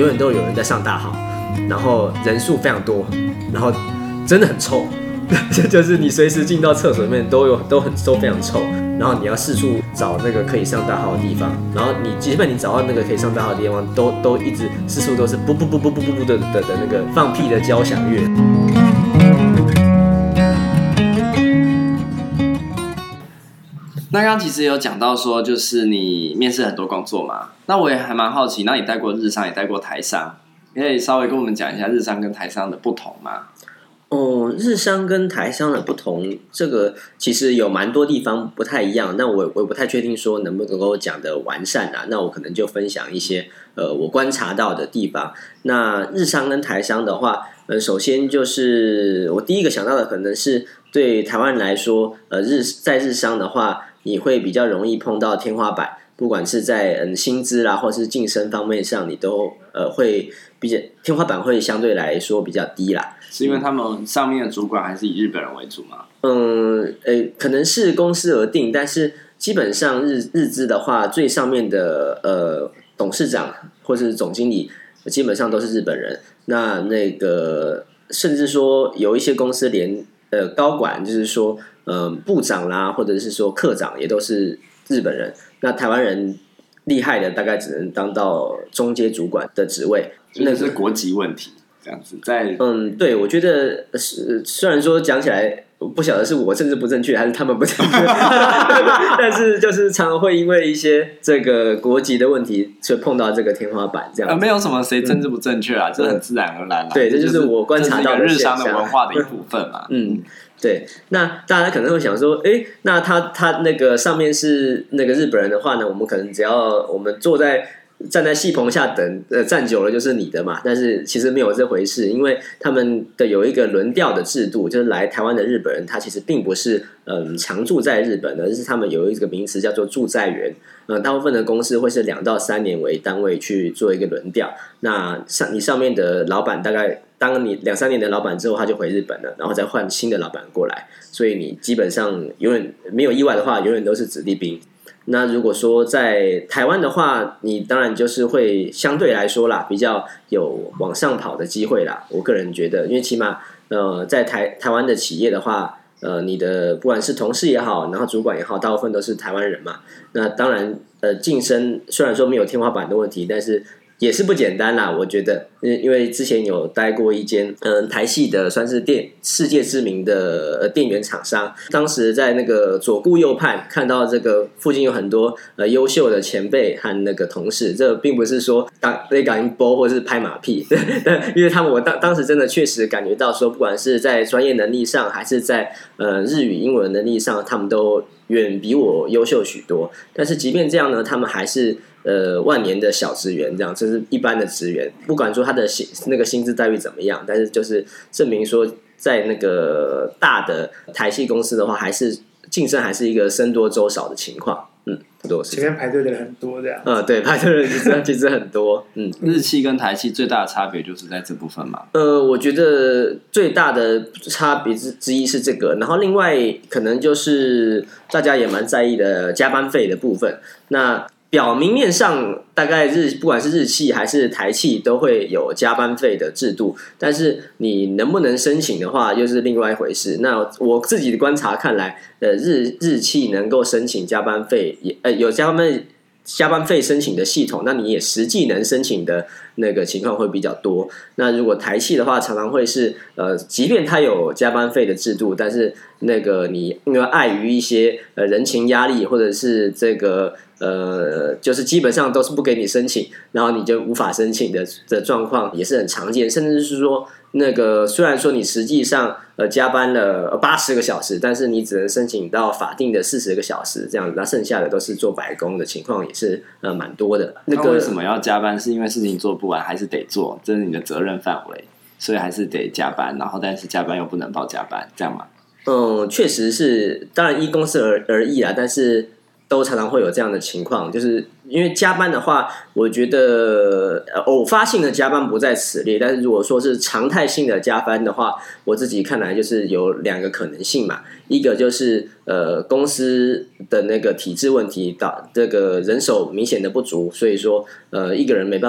远都有人在上大号，然后人数非常多，然后真的很臭，就是你随时进到厕所里面都非常臭，然后你要四处找那个可以上大号的地方，然后基本你找到那个可以上大号的地方，都一直四处都是不的那个放屁的交响乐。 那刚刚其实有讲到说，就是你面试很多工作嘛，那我也还蛮好奇，那你待过日商也待过台商，你可以稍微跟我们讲一下日商跟台商的不同吗？ 日商跟台商的不同，这个其实有蛮多地方不太一样。那我不太确定说能不能够讲的完善啊。那我可能就分享一些我观察到的地方。那日商跟台商的话，首先就是我第一个想到的可能是对台湾人来说，在日商的话，你会比较容易碰到天花板，不管是在薪资啦，或是晋升方面上，你都会比较天花板会相对来说比较低啦。 是因为他们上面的主管还是以日本人为主吗？ 可能是公司而定，但是基本上日资的话，最上面的董事长或是总经理基本上都是日本人。那个甚至说有一些公司连高管，就是说部长啦，或者是说科长也都是日本人。那台湾人厉害的大概只能当到中阶主管的职位， 那是国籍问题。这样子在对，我觉得虽然说讲起来不晓得是我政治不正确还是他们不正确，但是就是常常会因为一些这个国籍的问题，就碰到这个天花板这样子。 没有什么谁政治不正确啊，这很自然而然啦。 对，这就是我观察到的日商的文化的一部分嘛。 对，那大家可能会想说，那他那个上面是那个日本人的话呢，我们可能只要我们站在戏棚下等，站久了就是你的嘛。但是其实没有这回事，因为他们的有一个轮调的制度，就是来台湾的日本人，他其实并不是常住在日本的，而是他们有一个名词叫做驻在员。大部分的公司会是2到3年为单位去做一个轮调。那你上面的老板大概当你2、3年的老板之后，他就回日本了，然后再换新的老板过来，所以你基本上永远没有意外的话，永远都是子弟兵。那如果说在台湾的话，你当然就是会相对来说啦，比较有往上跑的机会啦。我个人觉得，因为起码在台湾的企业的话，你的不管是同事也好，然后主管也好，大部分都是台湾人嘛。那当然晋升虽然说没有天花板的问题，但是也是不简单啦，我觉得，因为之前有待过一间台系的算是世界知名的电源厂商，当时在那个左顾右盼，看到这个附近有很多优秀的前辈和那个同事，这并不是说被感应波或是拍马屁，因为我当时真的确实感觉到说，不管是在专业能力上，还是在日语英文能力上，他们都远比我优秀许多。但是即便这样呢，他们还是万年的小职员，这样，这是一般的职员，不管说他的那个薪资待遇怎么样，但是就是证明说，在那个大的台系公司的话，还是晋升还是一个僧多粥少的情况。不多是前面排队的人很多这样。 对，排队的人其实很多。 日系跟台系最大的差别就是在这部分嘛。 我觉得最大的差别之一是这个，然后另外可能就是大家也蛮在意的加班费的部分。那表明面上大概不管是日企还是台企都会有加班费的制度，但是你能不能申请的话又是另外一回事。那我自己的观察看来，日企能够申请加班费，有加班费申请的系统，那你也实际能申请的那个情况会比较多。那如果台企的话，常常会是即便它有加班费的制度，但是那个你因为碍于一些人情压力，或者是这个就是基本上都是不给你申请，然后你就无法申请的状况也是很常见，甚至是说那个虽然说你实际上加班了80个小时，但是你只能申请到法定的40个小时这样子，那剩下的都是做白工的情况也是蛮多的。 那为什么要加班？是因为事情做不完还是得做？这是你的责任范围，所以还是得加班。然后但是加班又不能报加班，这样吗？ 确实是，当然依公司而异啦，但是都常常会有这样的情况，就是因为加班的话，我觉得偶发性的加班不在此列，但是如果说是常态性的加班的话，我自己看来就是有2个可能性嘛。一个就是公司的那个体制问题，这个人手明显的不足，所以说一个人没办法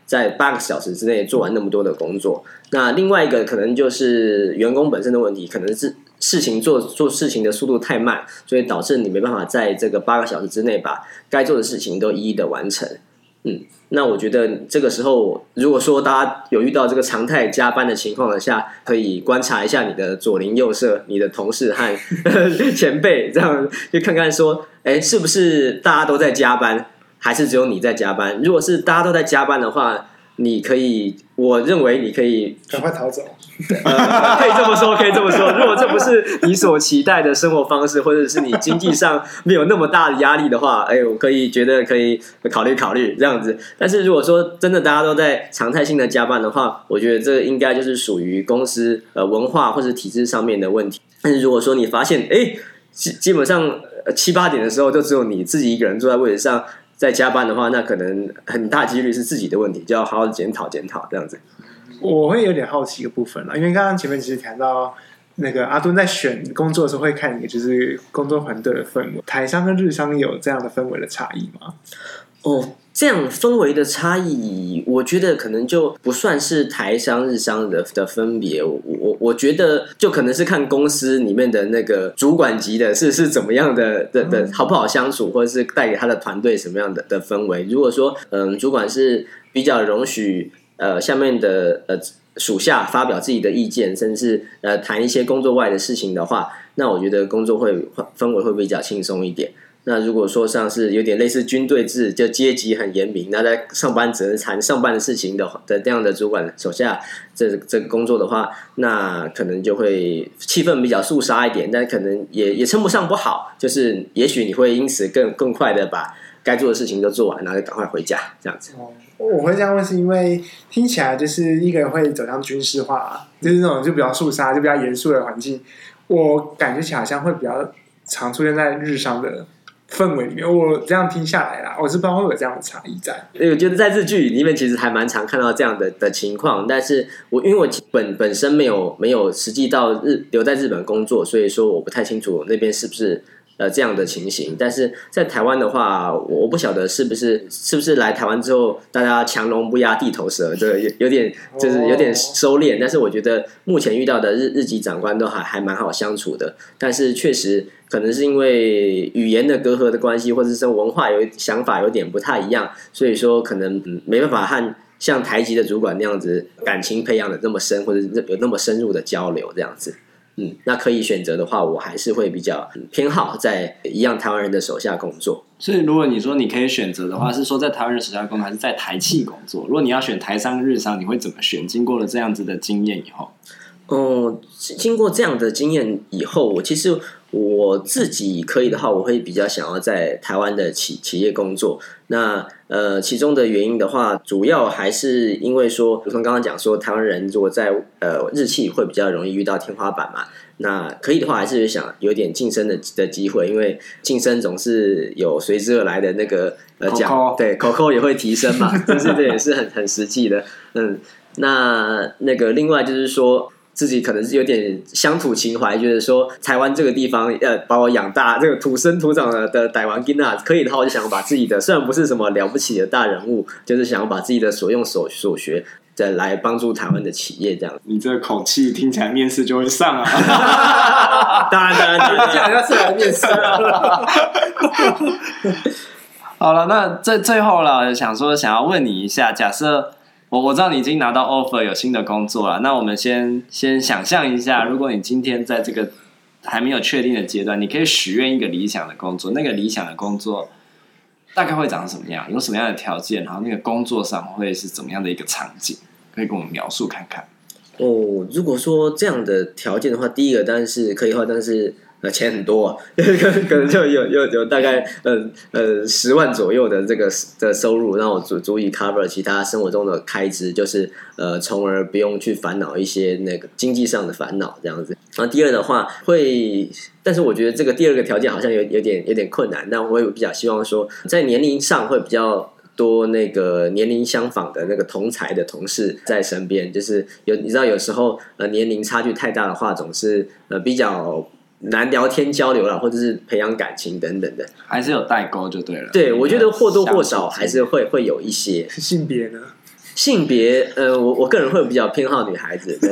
在8个小时之内做完那么多的工作。那另外一个可能就是员工本身的问题，可能是事情做事情的速度太慢，所以导致你没办法在这个8个小时之内把该做的事情都一一的完成。那我觉得这个时候，如果说大家有遇到这个常态加班的情况下，可以观察一下你的左邻右舍、你的同事和前辈，这样就看看说，是不是大家都在加班，还是只有你在加班？如果是大家都在加班的话，你可以，我认为你可以赶快逃走。 可以这么说，可以这么说。如果这不是你所期待的生活方式，或者是你经济上没有那么大的压力的话，我觉得可以考虑考虑这样子。但是如果说真的大家都在常态性的加班的话，我觉得这应该就是属于公司文化或者体制上面的问题。但是如果说你发现，基本上7、8点的时候，就只有你自己一个人坐在位置上在加班的话，那可能很大几率是自己的问题，就要好好检讨检讨这样子。 我会有点好奇一个部分啦，因为刚刚前面其实谈到那个阿敦在选工作的时候会看一个就是工作团队的氛围，台商跟日商有这样的氛围的差异吗？ 这样氛围的差异，我觉得可能就不算是台商日商的分别。我觉得就可能是看公司里面的那个主管级的是怎么样的好不好相处，或者是带给他的团队什么样的氛围。如果说主管是比较容许下面的属下发表自己的意见，甚至谈一些工作外的事情的话，那我觉得工作氛围会比较轻松一点。那如果说像是有点类似军队制，就阶级很严明，那在上班只能谈上班的事情的这样的主管手下这个工作的话，那可能就会气氛比较肃杀一点，但可能也称不上不好，就是也许你会因此更快的把该做的事情都做完，然后就赶快回家这样子。 我会这样问是因为听起来就是一个人会走向军事化，就是那种就比较肃杀、就比较严肃的环境，我感觉起来好像会比较常出现在日商的氛围里面。我这样听下来啦，我是不知道会有这样的差异在。 我觉得在日剧里面其实还蛮常看到这样的情况，但是因为我本身没有实际到留在日本工作，所以说我不太清楚那边是不是这样的情形。但是在台湾的话，我不晓得是不是来台湾之后大家强龙不压地头蛇，这个有点就是有点收敛。但是我觉得目前遇到的日籍长官都还蛮好相处的，但是确实可能是因为语言的隔阂的关系，或者是文化想法有点不太一样，所以说可能没办法和像台籍的主管那样子感情培养的那么深，或者有那么深入的交流这样子。那可以选择的话，我还是会比较偏好在一样台湾人的手下工作。 所以如果你说你可以选择的话，是说在台湾人手下工作，还是在台企工作？如果你要选台商日商，你会怎么选？经过了这样子的经验以后， 经过这样的经验以后，其实我自己可以的话，我会比较想要在台湾的企业工作。那其中的原因的话，主要还是因为说，如同刚刚讲说，台湾人如果在日企会比较容易遇到天花板嘛。那可以的话，还是想有点晋升的机会，因为晋升总是有随之而来的那个奖，对，口口也会提升嘛，就是这也是很实际的。那个另外就是说，自己可能是有点乡土情怀，就是说台湾这个地方把我养大，这个土生土长的台湾囡仔，可以的话，我就想把自己的虽然不是什么了不起的大人物，就是想要把自己的所用所学再来帮助台湾的企业这样。 你这个口气听起来面试就会上啊！ 当然， 这样要是来面试啊。 好了，那最后了，想要问你一下，假设我知道你已经拿到 offer 有新的工作了，那我们先想象一下，如果你今天在这个还没有确定的阶段，你可以许愿一个理想的工作，那个理想的工作大概会长什么样？有什么样的条件？然后那个工作上会是怎么样的一个场景？可以跟我们描述看看。 如果说这样的条件的话，第一个当然是可以的话，但是钱很多，可能就有大概10万左右的这个的收入，让我足以 cover 其他生活中的开支，就是从而不用去烦恼一些那个经济上的烦恼这样子。然后第二的话但是我觉得这个第二个条件好像有点困难，那我也比较希望说在年龄上会比较多那个年龄相仿的那个同才的同事在身边，就是你知道有时候年龄差距太大的话，总是比较难聊天交流啦，或者是培养感情等等的， 还是有代沟就对了。 对，我觉得或多或少还是会有一些。 性别呢？ 性别，我个人会比较偏好女孩子。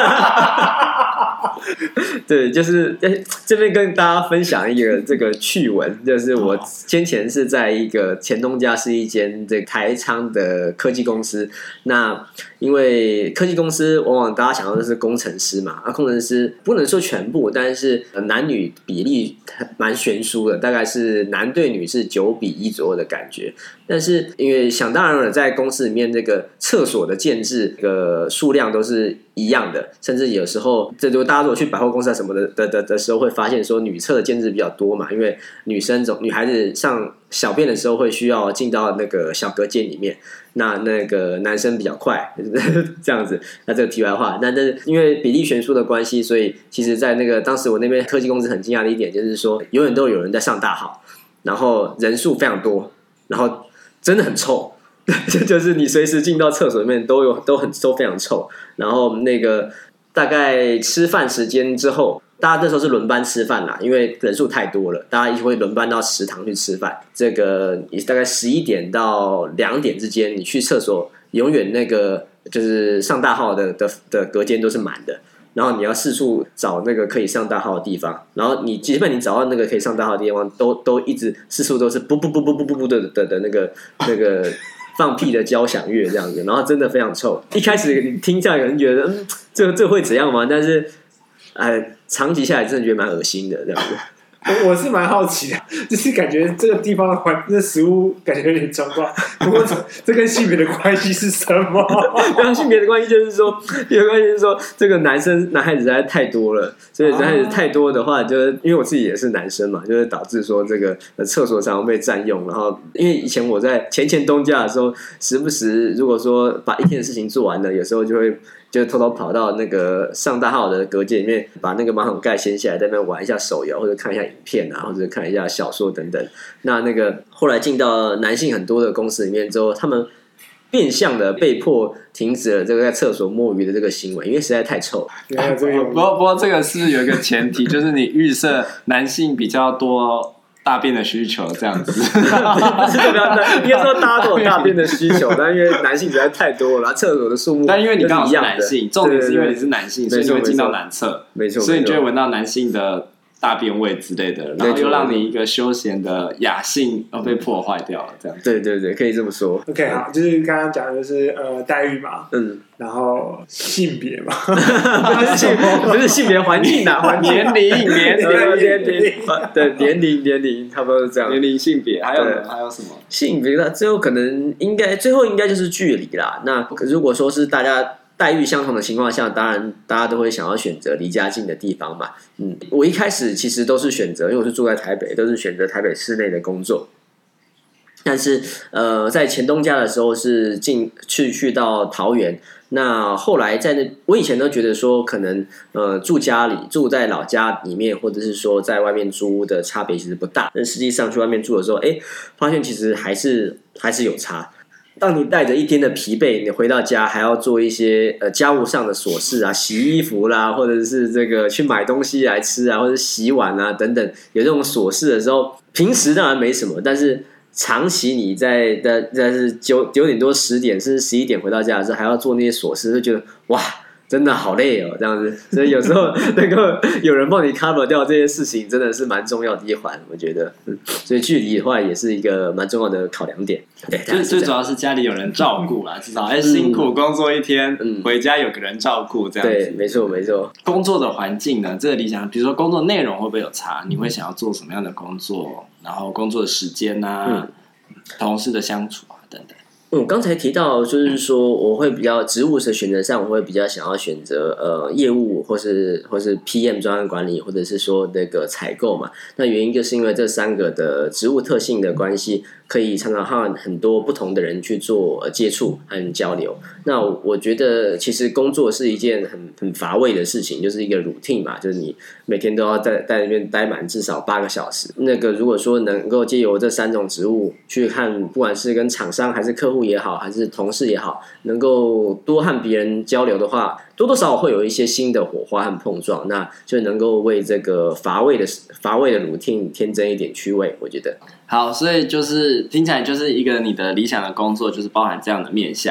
对，就是这边跟大家分享一个这个趣闻，就是我先前是在一个前东家是一间这个台商的科技公司。那因为科技公司往往大家想到的是工程师嘛，工程师不能说全部，但是男女比例蛮悬殊的，大概是男对女是9:1左右的感觉。但是因为想当然了，在公司里面这个厕所的建制数量都是一样的，甚至有时候这就大家如果去百货公司啊什么的时候，会发现说女厕的建制比较多嘛，因为女孩子上小便的时候会需要进到那个小隔间里面，那个男生比较快这样子。那这个题外话，但是因为比例悬殊的关系，所以其实在那个当时我那边科技公司很惊讶的一点就是说，永远都有人在上大号，然后人数非常多，然后真的很臭。就是你随时进到厕所里面都非常臭。然后那个大概吃饭时间之后，大家那时候是轮班吃饭啦，因为人数太多了，大家会轮班到食堂去吃饭。这个你大概11点到2点之间，你去厕所永远那个就是上大号的隔间都是满的。然后你要四处找那个可以上大号的地方，然后基本你找到那个可以上大号的地方，都一直四处都是不的那个放屁的交响乐这样子，然后真的非常臭。一开始你听这样，有人觉得这会怎样吗？但是长期下来真的觉得蛮恶心的这样子。 我是蛮好奇的，就是感觉这个地方的食物感觉有点脏乱，不过这跟性别的关系是什么？ 跟性别的关系就是说，这个男孩子实在太多了，所以男孩子太多的话，就是因为我自己也是男生嘛，就是导致说这个厕所常常被占用。然后因为以前我在前东家的时候，时不时如果说把一天的事情做完了，有时候就偷偷跑到那个上大号的隔间里面，把那个马桶盖掀下来，在那边玩一下手游，或者看一下影片啊，或者看一下小说等等。那个后来进到男性很多的公司里面之后，他们变相的被迫停止了这个在厕所摸鱼的这个行为，因为实在太臭。 不过这个是有一个前提，就是你预设男性比较多大便的需求这样子，不是应该说大家都有大便的需求，但因为男性实在太多了，厕所的数目， 但因为你刚好是男性，重点是因为你是男性，所以你会进到男厕， 没错， 所以你就会闻到男性的大便味之类的，然后又让你一个休闲的雅性被破坏掉了，这样。 对，可以这么说。 OK， 好，就是刚刚讲的就是待遇嘛，然后性别嘛， 不是性别，环境啊， 年龄， 对，年龄，差不多是这样。 年龄、性别，还有什么？ 性别的最后可能最后应该就是距离啦。那如果说是大家待遇相同的情况下，当然大家都会想要选择离家近的地方嘛。我一开始其实都是选择，因为我是住在台北，都是选择台北市内的工作。但是在前东家的时候是去到桃园。那后来我以前都觉得说，可能住在老家里面，或者是说在外面租屋的差别其实不大。但实际上去外面住的时候，发现其实还是有差。当你带着一天的疲惫，你回到家还要做一些家务上的琐事啊，洗衣服啦，或者是这个去买东西来吃啊，或者洗碗啊等等，有这种琐事的时候，平时当然没什么，但是长期你在是9点多10点甚至11点回到家的时候，还要做那些琐事，就觉得哇，真的好累哦，这样子。所以有时候能够有人帮你 cover 掉这些事情，真的是蛮重要的一环，我觉得。所以距离的话，也是一个蛮重要的考量点。对， 最主要是家里有人照顾啦，至少辛苦工作一天，回家有个人照顾，这样子。 对，没错。 工作的环境呢，这个理想，比如说工作内容会不会有差？你会想要做什么样的工作？然后工作的时间啊，同事的相处啊，等等。 我刚才提到，就是说我会比较职务的选择上，我会比较想要选择业务或是 PM 专案管理，或者是说那个采购嘛。那原因就是因为这3个的职务特性的关系，可以常常和很多不同的人去做接触和交流。那我觉得其实工作是一件很乏味的事情，就是一个 routine 嘛，就是你每天都要在那边待满至少8个小时。那个如果说能够借由这3种职务去看，不管是跟厂商还是客户也好，还是同事也好，能够多和别人交流的话，多多少少会有一些新的火花和碰撞，那就能够为这个乏味的 routine 添增一点趣味，我觉得。 好，所以就是听起来就是一个你的理想的工作，就是包含这样的面向。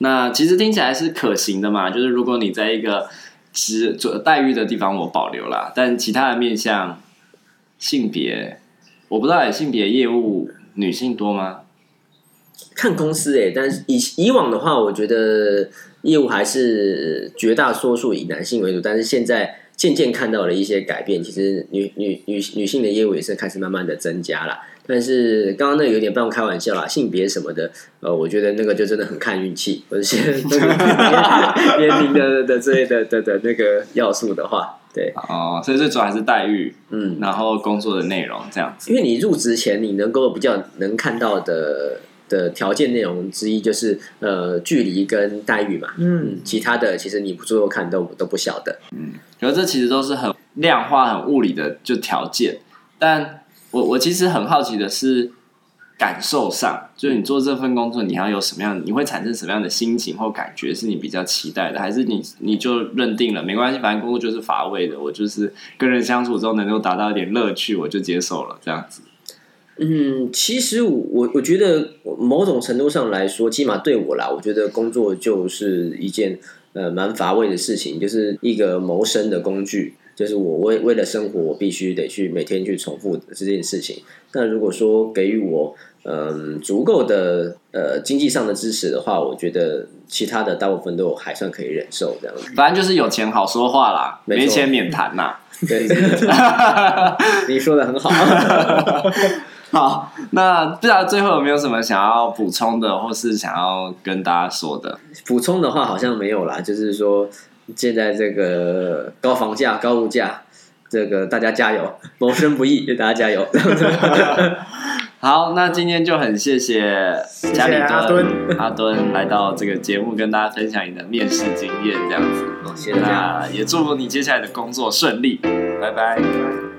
那其实听起来是可行的嘛，就是如果你在一个待遇的地方我保留啦，但其他的面向性别，我不知道性别业务女性多吗？ 看公司但是以往的话，我觉得业务还是绝大多数以男性为主，但是现在渐渐看到了一些改变，其实女性的业务也是开始慢慢的增加啦。但是刚刚那个有点半开玩笑啦，性别什么的，我觉得那个就真的很看运气，或者是年龄的之类的那个要素的话，对所以最主要还是待遇，然后工作的内容这样子。 因为你入职前你能够比较能看到的条件内容之一就是距离跟待遇嘛，其他的其实你不做看都不晓得， 可是这其实都是很量化、很物理的就条件，但我其实很好奇的是感受上，就是你做这份工作，你要有什么样，你会产生什么样的心情或感觉是你比较期待的，还是你就认定了没关系，反正工作就是乏味的，我就是跟人相处中能够达到一点乐趣，我就接受了这样子。 其实我觉得某种程度上来说，起码对我啦，我觉得工作就是一件蛮乏味的事情，就是一个谋生的工具，就是我为了生活，我必须得去每天去重复这件事情。那如果说给予我足够的经济上的支持的话，我觉得其他的大部分都还算可以忍受这样子。 反正就是有钱好说话啦，没钱免谈啦。 对，你说的很好。 好，那不知道最后有没有什么想要补充的，或是想要跟大家说的？ 补充的话好像没有啦，就是说现在这个高房价、高物价，这个大家加油，谋生不易，大家加油。 好，那今天就很谢谢家里阿敦来到这个节目，跟大家分享你的面试经验，这样子。 谢谢大家， 那也祝福你接下来的工作顺利，拜拜。